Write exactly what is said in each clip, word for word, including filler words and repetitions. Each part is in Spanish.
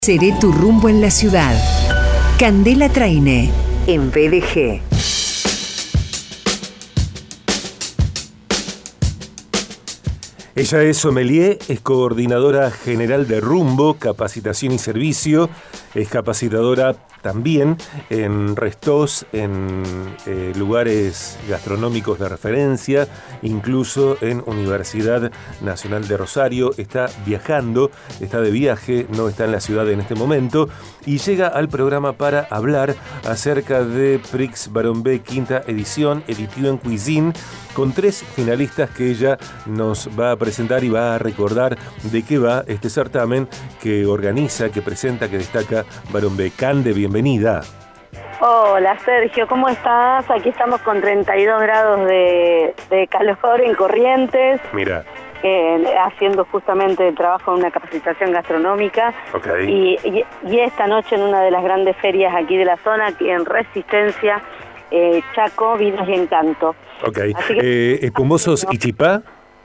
Seré tu rumbo en la ciudad. Candela Traine, en B D G. Ella es sommelier, es coordinadora general de Rumbo, Capacitación y Servicio, es capacitadora también en restos, en eh, lugares gastronómicos de referencia, incluso en Universidad Nacional de Rosario. Está viajando, está de viaje, no está en la ciudad en este momento, y llega al programa para hablar acerca de Prix Baron B quinta edición, Edition en Cuisine, con tres finalistas que ella nos va a presentar y va a recordar de qué va este certamen que organiza, que presenta, que destaca Baron B. Cande, bienvenida. Hola Sergio, ¿cómo estás? Aquí estamos con treinta y dos grados de, de calor en Corrientes. Mira. Eh, haciendo justamente el trabajo en una capacitación gastronómica. Okay. Y, y, y esta noche en una de las grandes ferias aquí de la zona, aquí en Resistencia, eh, Chaco, Vinos y Encanto. Ok. Que, eh, ¿Espumosos y chipá?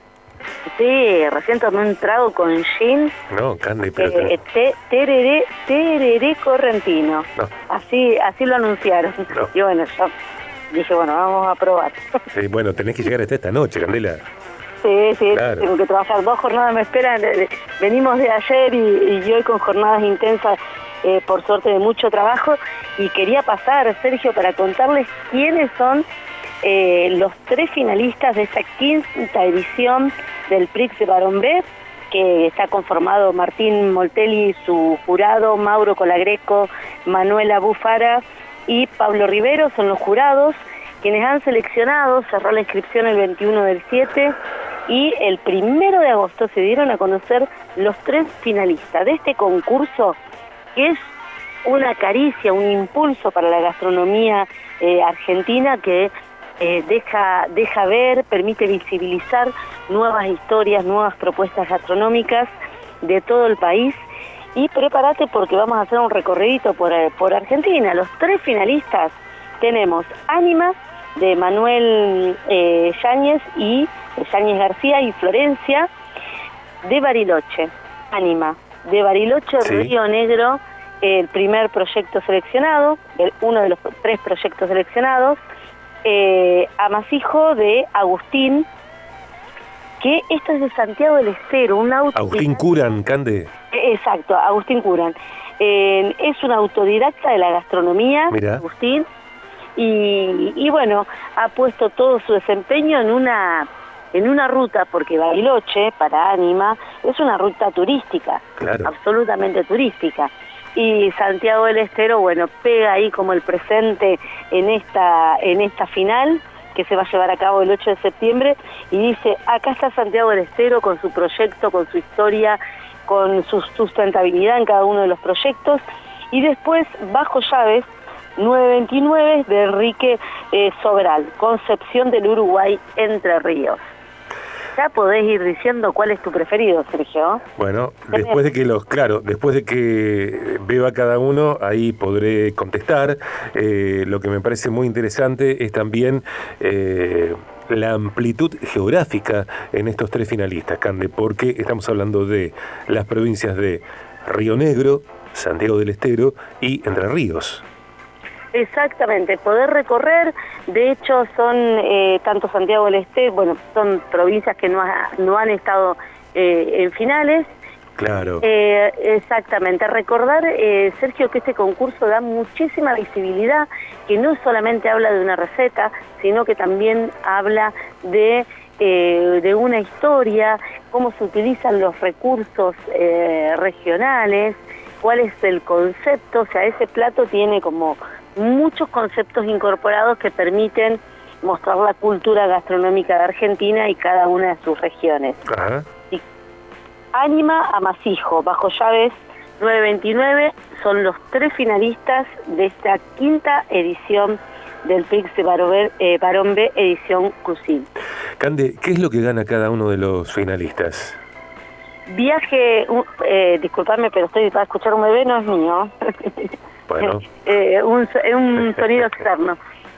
Sí, recién tomé un trago con gin. No, Cande, pero... Eh, te, tereré, tereré correntino. No. Así, así lo anunciaron. No. Y bueno, yo dije, bueno, vamos a probar. Sí, bueno, tenés que llegar hasta esta noche, Candela. Sí, sí, claro. Tengo que trabajar. Dos jornadas me esperan. Venimos de ayer y, y hoy con jornadas intensas, eh, por suerte de mucho trabajo. Y quería pasar, Sergio, para contarles quiénes son eh, los tres finalistas de esta quinta edición del Prix de Baron B, que está conformado Martín Moltelli, su jurado, Mauro Colagreco, Manuela Bufara y Pablo Rivero son los jurados, quienes han seleccionado. Cerró la inscripción el veintiuno del siete y el primero de agosto se dieron a conocer los tres finalistas de este concurso, que es una caricia, un impulso para la gastronomía eh, argentina, que eh, deja, deja ver, permite visibilizar nuevas historias, nuevas propuestas gastronómicas de todo el país. Y prepárate porque vamos a hacer un recorridito por, por Argentina. Los tres finalistas tenemos Ánima, de Manuel eh, Yáñez y eh, Yáñez García y Florencia, de Bariloche. Ánima, de Bariloche, sí. Río Negro, el primer proyecto seleccionado, el, uno de los tres proyectos seleccionados. eh, Amasijo, de Agustín, que esto es de Santiago del Estero, un auto... Agustín Curan, Cande. Exacto, Agustín Curan. Eh, es un autodidacta de la gastronomía. Mirá. Agustín, y, y bueno, ha puesto todo su desempeño en una en una ruta, porque Bariloche, para Ánima, es una ruta turística, claro. Absolutamente turística. Y Santiago del Estero, bueno, pega ahí como el presente en esta en esta final, que se va a llevar a cabo el ocho de septiembre, y dice, acá está Santiago del Estero con su proyecto, con su historia, con su sustentabilidad en cada uno de los proyectos. Y después, Bajo Llaves, nueve veintinueve, de Enrique eh, Sobral, Concepción del Uruguay, Entre Ríos. Ya podés ir diciendo cuál es tu preferido, Sergio. Bueno, después de que los, claro, después de que beba cada uno, ahí podré contestar. Eh, lo que me parece muy interesante es también eh, la amplitud geográfica en estos tres finalistas, Cande, porque estamos hablando de las provincias de Río Negro, Santiago del Estero y Entre Ríos. Exactamente, poder recorrer. De hecho son eh, tanto Santiago del Estero, bueno, son provincias que no, ha, no han estado eh, en finales. Claro. Eh, exactamente, recordar, eh, Sergio, que este concurso da muchísima visibilidad, que no solamente habla de una receta, sino que también habla de, eh, de una historia, cómo se utilizan los recursos eh, regionales, cuál es el concepto. O sea, ese plato tiene como muchos conceptos incorporados que permiten mostrar la cultura gastronómica de Argentina y cada una de sus regiones. Ajá. Y Ánima, Amasijo, Bajo Llaves, nueve veintinueve, son los tres finalistas de esta quinta edición del Prix de Baron, eh, Baron B, edición Cuisine. Cande, ¿qué es lo que gana cada uno de los finalistas? Viaje, eh, disculpadme, pero estoy para escuchar un bebé, no es mío. Bueno. eh, un, un sonido externo.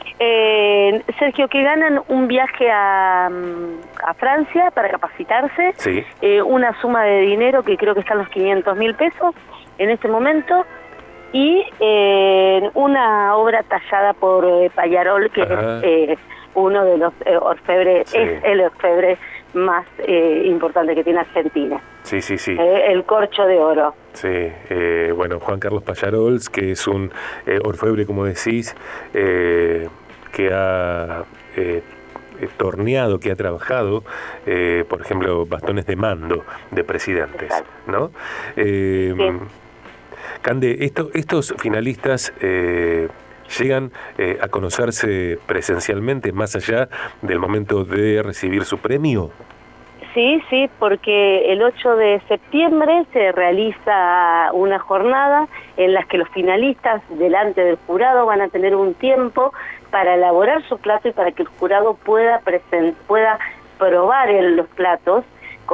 Eh, Sergio, que ganan un viaje a, a Francia para capacitarse, sí. eh, una suma de dinero que creo que están los quinientos mil pesos, en este momento, y eh, una obra tallada por eh, Pallarol, que Ajá. es eh, uno de los eh, orfebres, sí. es el orfebre más eh, importante que tiene Argentina. Sí, sí, sí. Eh, el corcho de oro. Sí, eh, bueno, Juan Carlos Pallarols, que es un eh, orfebre, como decís, eh, que ha eh, torneado, que ha trabajado, eh, por ejemplo, bastones de mando de presidentes, Exacto. ¿no? Eh, sí. Cande, esto, estos finalistas eh, llegan eh, a conocerse presencialmente más allá del momento de recibir su premio. Sí, sí, porque el ocho de septiembre se realiza una jornada en la que los finalistas delante del jurado van a tener un tiempo para elaborar su plato y para que el jurado pueda present, pueda probar el, los platos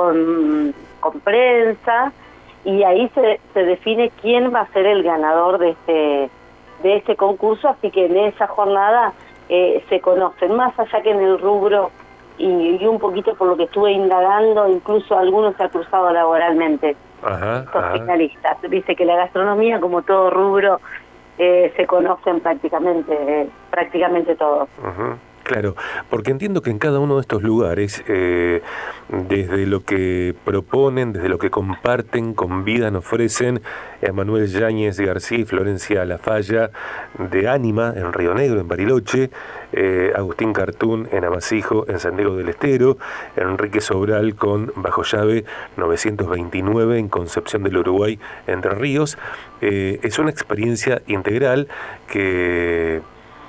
con, con prensa, y ahí se, se define quién va a ser el ganador de este, de este concurso, así que en esa jornada eh, se conocen, más allá que en el rubro. Y, y un poquito por lo que estuve indagando, incluso algunos se han cruzado laboralmente, ajá, estos ajá. finalistas. Dice que la gastronomía, como todo rubro, eh, se conocen prácticamente, eh, prácticamente todos. Uh-huh. Claro, porque entiendo que en cada uno de estos lugares, eh, desde lo que proponen, desde lo que comparten, convidan, ofrecen, Emanuel Yáñez García y Florencia Lafalla de Ánima, en Río Negro, en Bariloche, eh, Agustín Cartún en Amasijo, en San Diego del Estero, Enrique Sobral con Bajo Llave novecientos veintinueve en Concepción del Uruguay, Entre Ríos. Eh, es una experiencia integral que...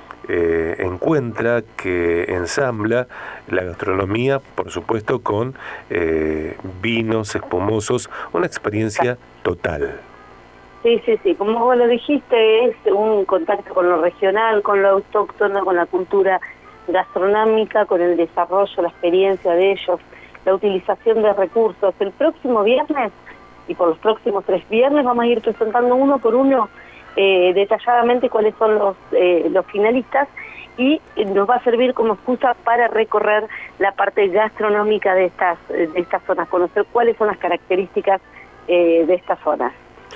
Eh, encuentra, que ensambla la gastronomía, por supuesto, con eh, vinos espumosos, una experiencia total. Sí, sí, sí, como vos lo dijiste, es un contacto con lo regional, con lo autóctono, con la cultura gastronómica, con el desarrollo, la experiencia de ellos, la utilización de recursos. El próximo viernes, y por los próximos tres viernes, vamos a ir presentando uno por uno Eh, detalladamente cuáles son los eh, los finalistas, y nos va a servir como excusa para recorrer la parte gastronómica de estas de estas zonas, conocer cuáles son las características eh, de estas zonas.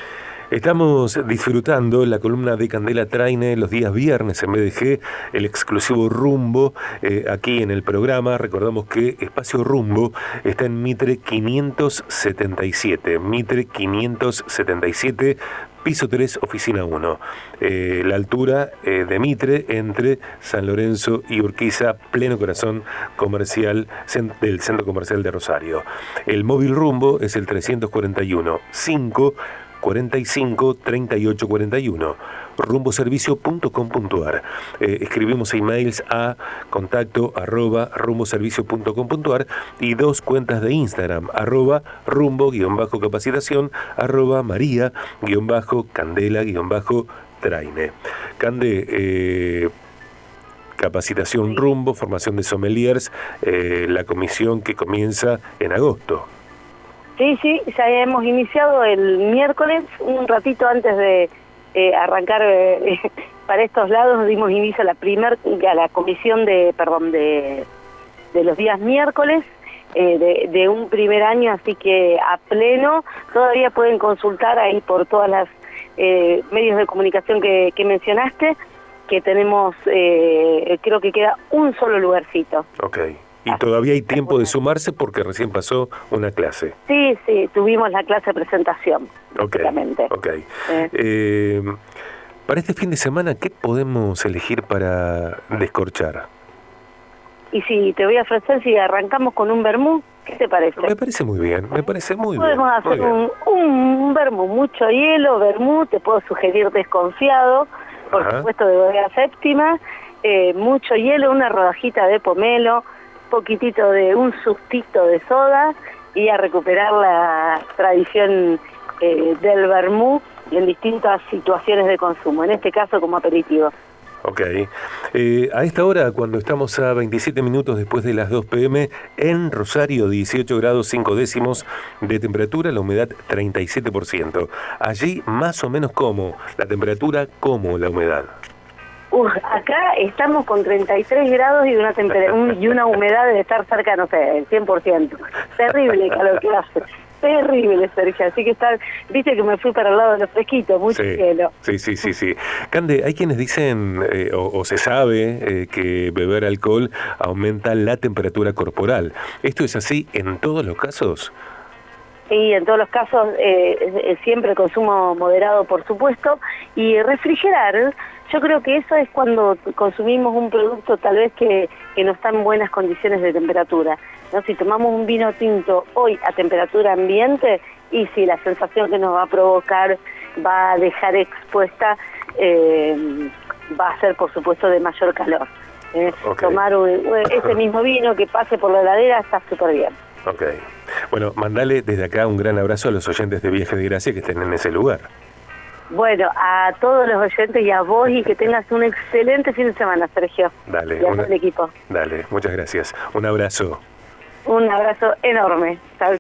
Estamos disfrutando la columna de Candela Traine los días viernes en B D G, el exclusivo Rumbo, eh, aquí en el programa. Recordamos que Espacio Rumbo está en Mitre quinientos setenta y siete, Mitre quinientos setenta y siete, piso tres, oficina uno. Eh, la altura eh, de Mitre entre San Lorenzo y Urquiza, pleno corazón comercial cent- del Centro Comercial de Rosario. El móvil Rumbo es el trescientos cuarenta y uno, cinco, cuarenta y cinco, treinta y ocho cuarenta y uno, rumboservicio punto com punto a r. Eh, escribimos emails a contacto arroba rumboservicio punto com punto a r y dos cuentas de Instagram, arroba rumbo guión bajo capacitación, arroba maría guión bajo candela guión bajo traine. Cande, eh, capacitación Rumbo, formación de sommeliers, eh, la comisión que comienza en agosto. Sí, sí, ya hemos iniciado el miércoles, un ratito antes de eh, arrancar eh, para estos lados, dimos inicio a la primer, a la comisión de, perdón, de, de los días miércoles, eh, de, de un primer año, así que a pleno. Todavía pueden consultar ahí por todas las eh, medios de comunicación que, que mencionaste, que tenemos, eh, creo que queda un solo lugarcito. Okay. Y todavía hay tiempo de sumarse porque recién pasó una clase. Sí, sí, tuvimos la clase de presentación. Ok, ok. Eh. Eh, para este fin de semana, ¿qué podemos elegir para descorchar? Y si te voy a ofrecer, si arrancamos con un vermú, ¿qué te parece? Me parece muy bien, me parece muy Podemos bien. Podemos hacer muy un, un, un vermú, mucho hielo, vermú, te puedo sugerir desconfiado, por Ajá. supuesto de bodega séptima, eh, mucho hielo, una rodajita de pomelo, poquitito de un sustito de soda, y a recuperar la tradición eh, del vermú en distintas situaciones de consumo, en este caso como aperitivo. Ok. Eh, a esta hora, cuando estamos a veintisiete minutos después de las dos pm, en Rosario, dieciocho grados cinco décimos de temperatura, la humedad treinta y siete por ciento. Allí, más o menos, ¿cómo? La temperatura, ¿cómo la humedad? Uh, acá estamos con treinta y tres grados y una, temper- un, y una humedad de estar cerca, no sé, del cien por ciento. Terrible calor que hace. terrible, Sergio, así que está, viste que me fui para el lado de los fresquitos, mucho sí, cielo. Sí, sí, sí, sí. Cande, hay quienes dicen, eh, o, o se sabe, eh, que beber alcohol aumenta la temperatura corporal. ¿Esto es así en todos los casos? Sí, en todos los casos, eh, siempre consumo moderado, por supuesto, y refrigerar, yo creo que eso es cuando consumimos un producto tal vez que, que no está en buenas condiciones de temperatura, ¿no? Si tomamos un vino tinto hoy a temperatura ambiente, y si la sensación que nos va a provocar va a dejar expuesta, eh, va a ser por supuesto de mayor calor. ¿eh? Okay. Tomar un, ese mismo vino que pase por la heladera está súper bien. Ok. Bueno, mandale desde acá un gran abrazo a los oyentes de Viaje de Gracia que estén en ese lugar. Bueno, a todos los oyentes y a vos, y que tengas un excelente fin de semana, Sergio. Dale. Y a todo el equipo. Dale, muchas gracias. Un abrazo. Un abrazo enorme. Chao.